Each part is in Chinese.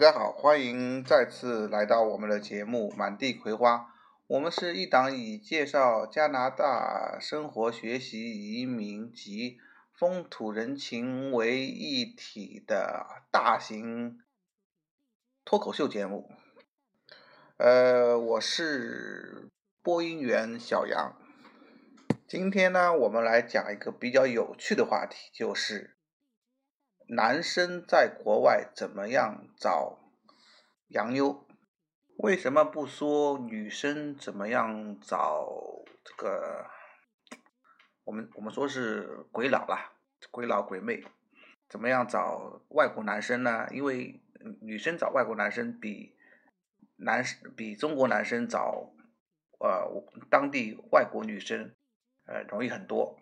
家好，欢迎再次来到我们的节目《满地葵花》。我们是一档以介绍加拿大生活、学习、移民及风土人情为一体的大型脱口秀节目。我是播音员小杨。今天呢，我们来讲一个比较有趣的话题，就是男生在国外怎么样找洋妞？为什么不说女生怎么样找这个？我们说是鬼佬啦，鬼佬鬼妹，怎么样找外国男生呢？因为女生找外国男生比中国男生找当地外国女生容易很多。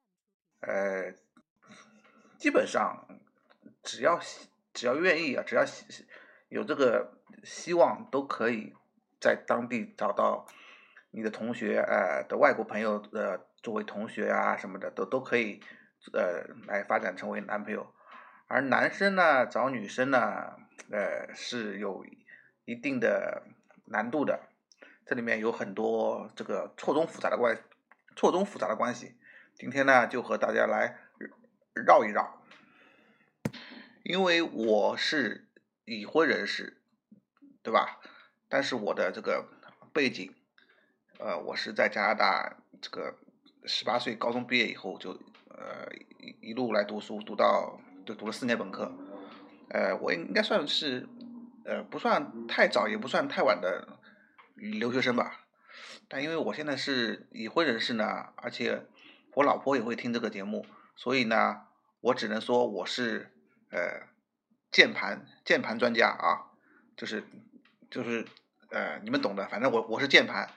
基本上只要愿意啊，只要有这个希望，都可以在当地找到你的同学的外国朋友作为同学啊什么的，都可以来发展成为男朋友。而男生呢找女生呢是有一定的难度的，这里面有很多这个错综复杂的关系。今天呢就和大家来绕一绕。因为我是已婚人士，对吧？但是我的这个背景，我是在加拿大这个18岁高中毕业以后就一路来读书，读了4年本科。我应该算是不算太早也不算太晚的留学生吧。但因为我现在是已婚人士呢，而且我老婆也会听这个节目，所以呢，我只能说我是键盘专家啊，就是你们懂的，反正我是键盘，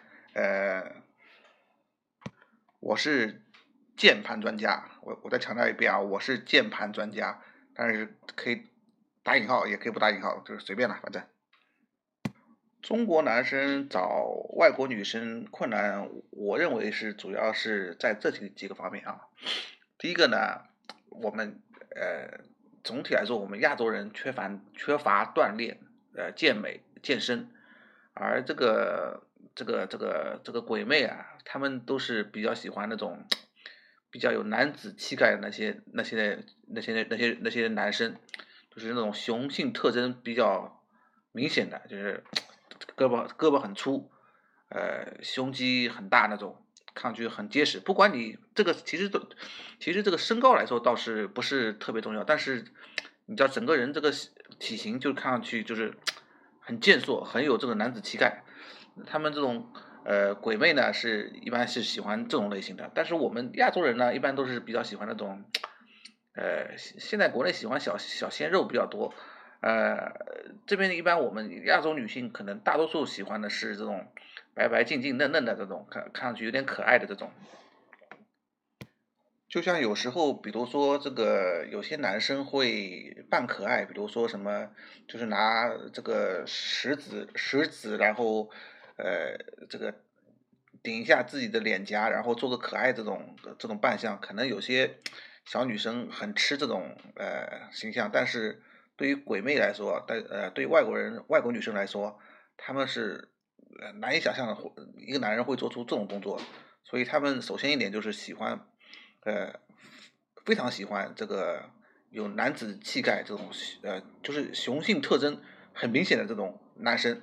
我是键盘专家，我再强调一遍啊，我是键盘专家，但是可以打引号，也可以不打引号，就是随便了，反正。中国男生找外国女生困难，我认为是主要是在这几个方面啊。第一个呢，我们总体来说，我们亚洲人缺乏锻炼，健美健身，而这个鬼妹啊，他们都是比较喜欢那种比较有男子气概的那些男生，就是那种雄性特征比较明显的，就是胳膊很粗，胸肌很大那种，看上去很结实。不管你这个其实这个身高来说倒是不是特别重要，但是你知道整个人这个体型就看上去就是很健硕，很有这个男子气概。他们这种鬼妹呢一般是喜欢这种类型的，但是我们亚洲人呢一般都是比较喜欢那种现在国内喜欢小鲜肉比较多。这边一般我们亚洲女性可能大多数喜欢的是这种白白净净嫩嫩的这种，看上去有点可爱的这种。就像有时候，比如说这个有些男生会扮可爱，比如说什么，就是拿这个食指，然后这个顶一下自己的脸颊，然后做个可爱这种扮相，可能有些小女生很吃这种形象，但是对于鬼妹来说，对于外国女生来说，他们是难以想象的一个男人会做出这种动作，所以他们首先一点就是喜欢。非常喜欢这个有男子气概这种就是雄性特征很明显的这种男生。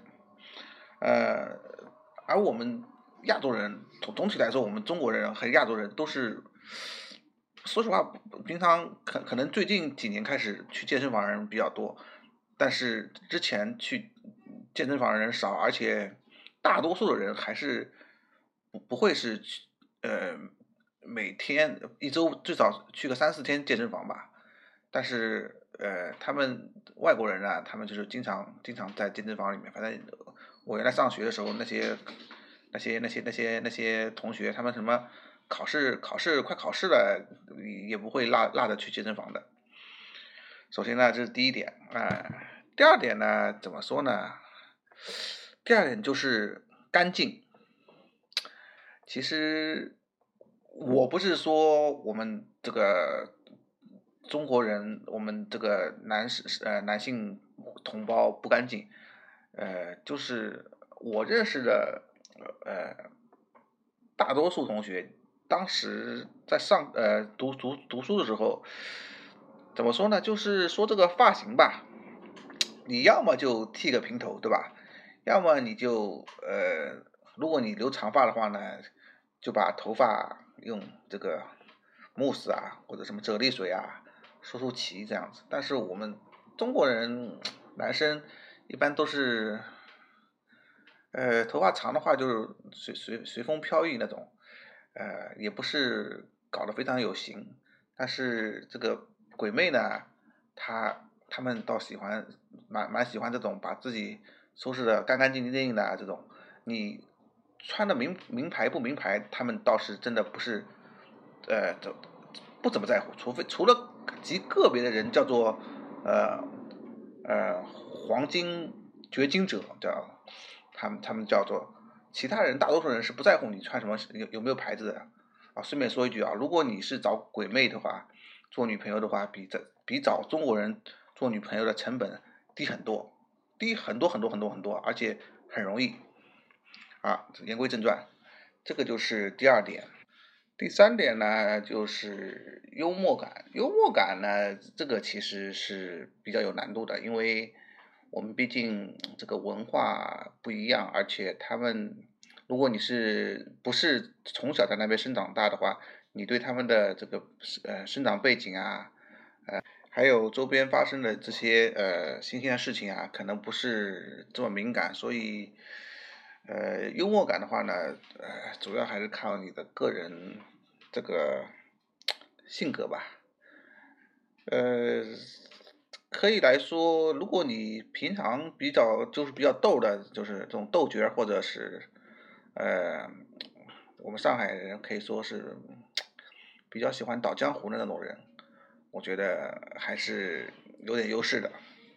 而我们亚洲人总体来说，我们中国人和亚洲人都是，说实话，平常可能最近几年开始去健身房的人比较多，但是之前去健身房的人少，而且大多数的人还是不会是每天一周最少去个3-4天健身房吧。但是他们外国人啊，他们就是经常在健身房里面。反正我原来上学的时候，那些同学，他们什么快考试了，也不会落着去健身房的。首先呢，这是第一点。第二点呢，怎么说呢？第二点就是干净。其实我不是说我们这个中国人，我们这个男性同胞不干净。就是我认识的大多数同学，当时在读书的时候，怎么说呢？就是说这个发型吧，你要么就剃个平头，对吧？要么你就如果你留长发的话呢，就把头发用这个慕斯啊或者什么啫喱水啊梳齐这样子。但是我们中国人男生一般都是头发长的话就是随风飘逸那种，也不是搞得非常有型。但是这个鬼妹呢，他们倒蛮喜欢这种把自己收拾的干干净净的这种。你穿的名牌不名牌，他们倒是真的不是这不怎么在乎，除了极个别的人叫做呃黄金掘金者叫他们叫做，其他人大多数人是不在乎你穿什么有没有牌子的啊。顺便说一句啊，如果你是找鬼妹的话，做女朋友的话，比找中国人做女朋友的成本低很多，低很多很多很多很多，而且很容易啊。言归正传，这个就是第二点。第三点呢，就是幽默感。幽默感呢，这个其实是比较有难度的，因为我们毕竟这个文化不一样，而且如果你不是从小在那边生长大的话，你对他们的这个生长背景啊，还有周边发生的这些新鲜的事情啊，可能不是这么敏感，所以幽默感的话呢，主要还是靠你的个人这个性格吧。呃，可以来说，如果你平常比较逗的，就是这种逗角或者是呃，我们上海人可以说是比较喜欢倒江湖的那种人，我觉得还是有点优势的。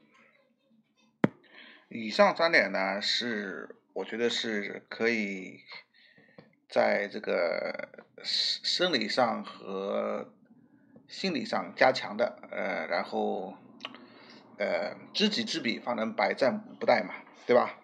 以上三点呢，我觉得是可以在这个生理上和心理上加强的，然后知己知彼，方能百战不殆嘛，对吧？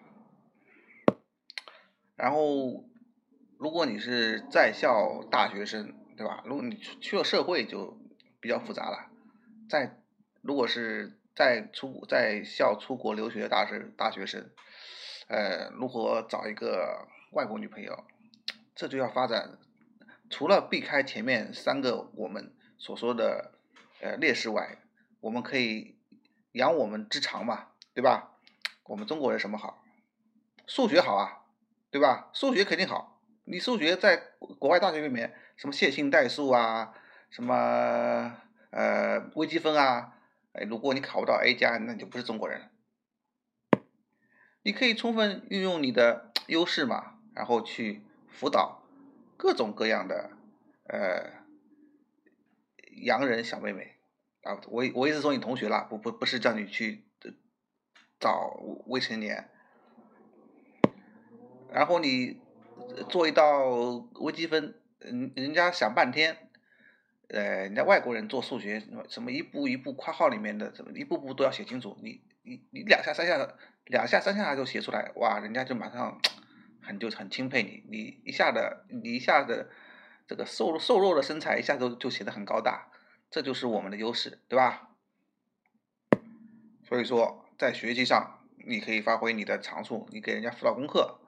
然后，如果你是在校大学生，对吧？如果你去了社会就比较复杂了。如果是在校出国留学的大学生，如何找一个外国女朋友，这就要发展。除了避开前面三个我们所说的劣势外，我们可以扬我们之长嘛，对吧？我们中国人什么好？数学好啊，对吧？数学肯定好。你数学在国外大学里面，什么线性代数啊，什么微积分啊，如果你考不到 A 加，那你就不是中国人了。你可以充分运用你的优势嘛，然后去辅导各种各样的呃洋人小妹妹啊。我意思说你同学啦，不是叫你去找未成年。然后你做一道微积分，人家想半天，人家外国人做数学什么一步一步括号里面的，怎么一步步都要写清楚，你两下三下就写出来，哇，人家就马上很钦佩你，你一下子这个瘦弱的身材一下子就显得很高大，这就是我们的优势，对吧？所以说在学习上你可以发挥你的长处，你给人家辅导功课。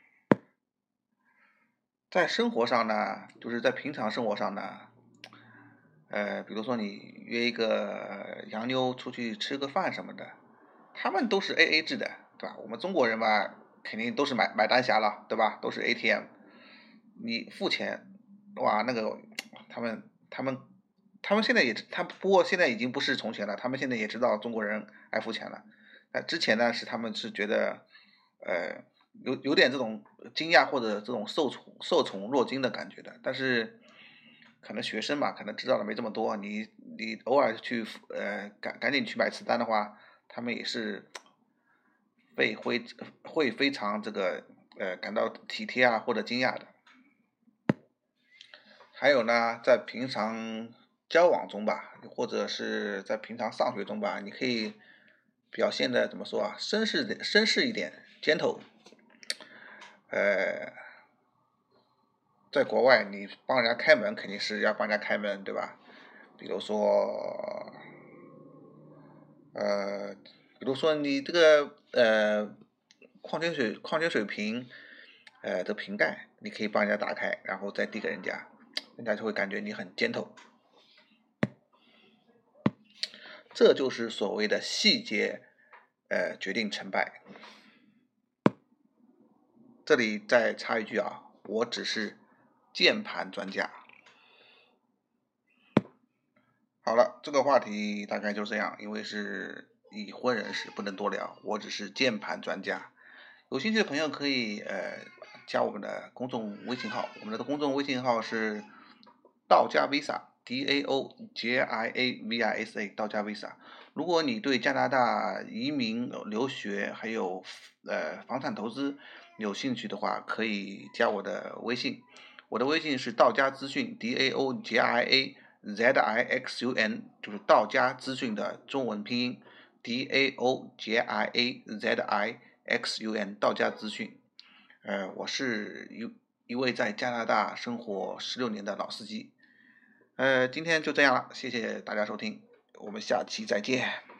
在生活上呢，就是在平常生活上呢，比如说你约一个洋妞出去吃个饭什么的，他们都是 AA 制的，对吧？我们中国人嘛，肯定都是买单侠了，对吧？都是 ATM，你付钱，哇，那个他们他们现在也不过现在已经不是从前了，他们现在也知道中国人爱付钱了。之前呢他们是觉得，有点这种惊讶或者这种受宠若惊的感觉的，但是可能学生嘛，可能知道的没这么多，你偶尔去赶紧去买次单的话，他们也是会非常这个感到体贴啊或者惊讶的。还有呢，在平常交往中吧，或者是在平常上学中吧，你可以表现的怎么说啊，绅士一点 ，gentle。在国外你帮人家开门肯定是要帮人家开门，对吧？比如说你这个矿泉水瓶的瓶盖，你可以帮人家打开，然后再递给人家，人家就会感觉你很gentle。这就是所谓的细节决定成败。这里再插一句啊，我只是键盘专家。好了，这个话题大概就这样，因为是已婚人士，不能多聊。我只是键盘专家，有兴趣的朋友可以加我们的公众微信号，我们的公众微信号是道家 Visa，DAOJIAVISA，道家 Visa。如果你对加拿大移民、留学还有房产投资有兴趣的话，可以加我的微信。我的微信是道家资讯 DAOJIAZIXUN，就是道家资讯的中文拼音 DAOJIAZIXUN，道家资讯。我是一位在加拿大生活16年的老司机。今天就这样了，谢谢大家收听，我们下期再见。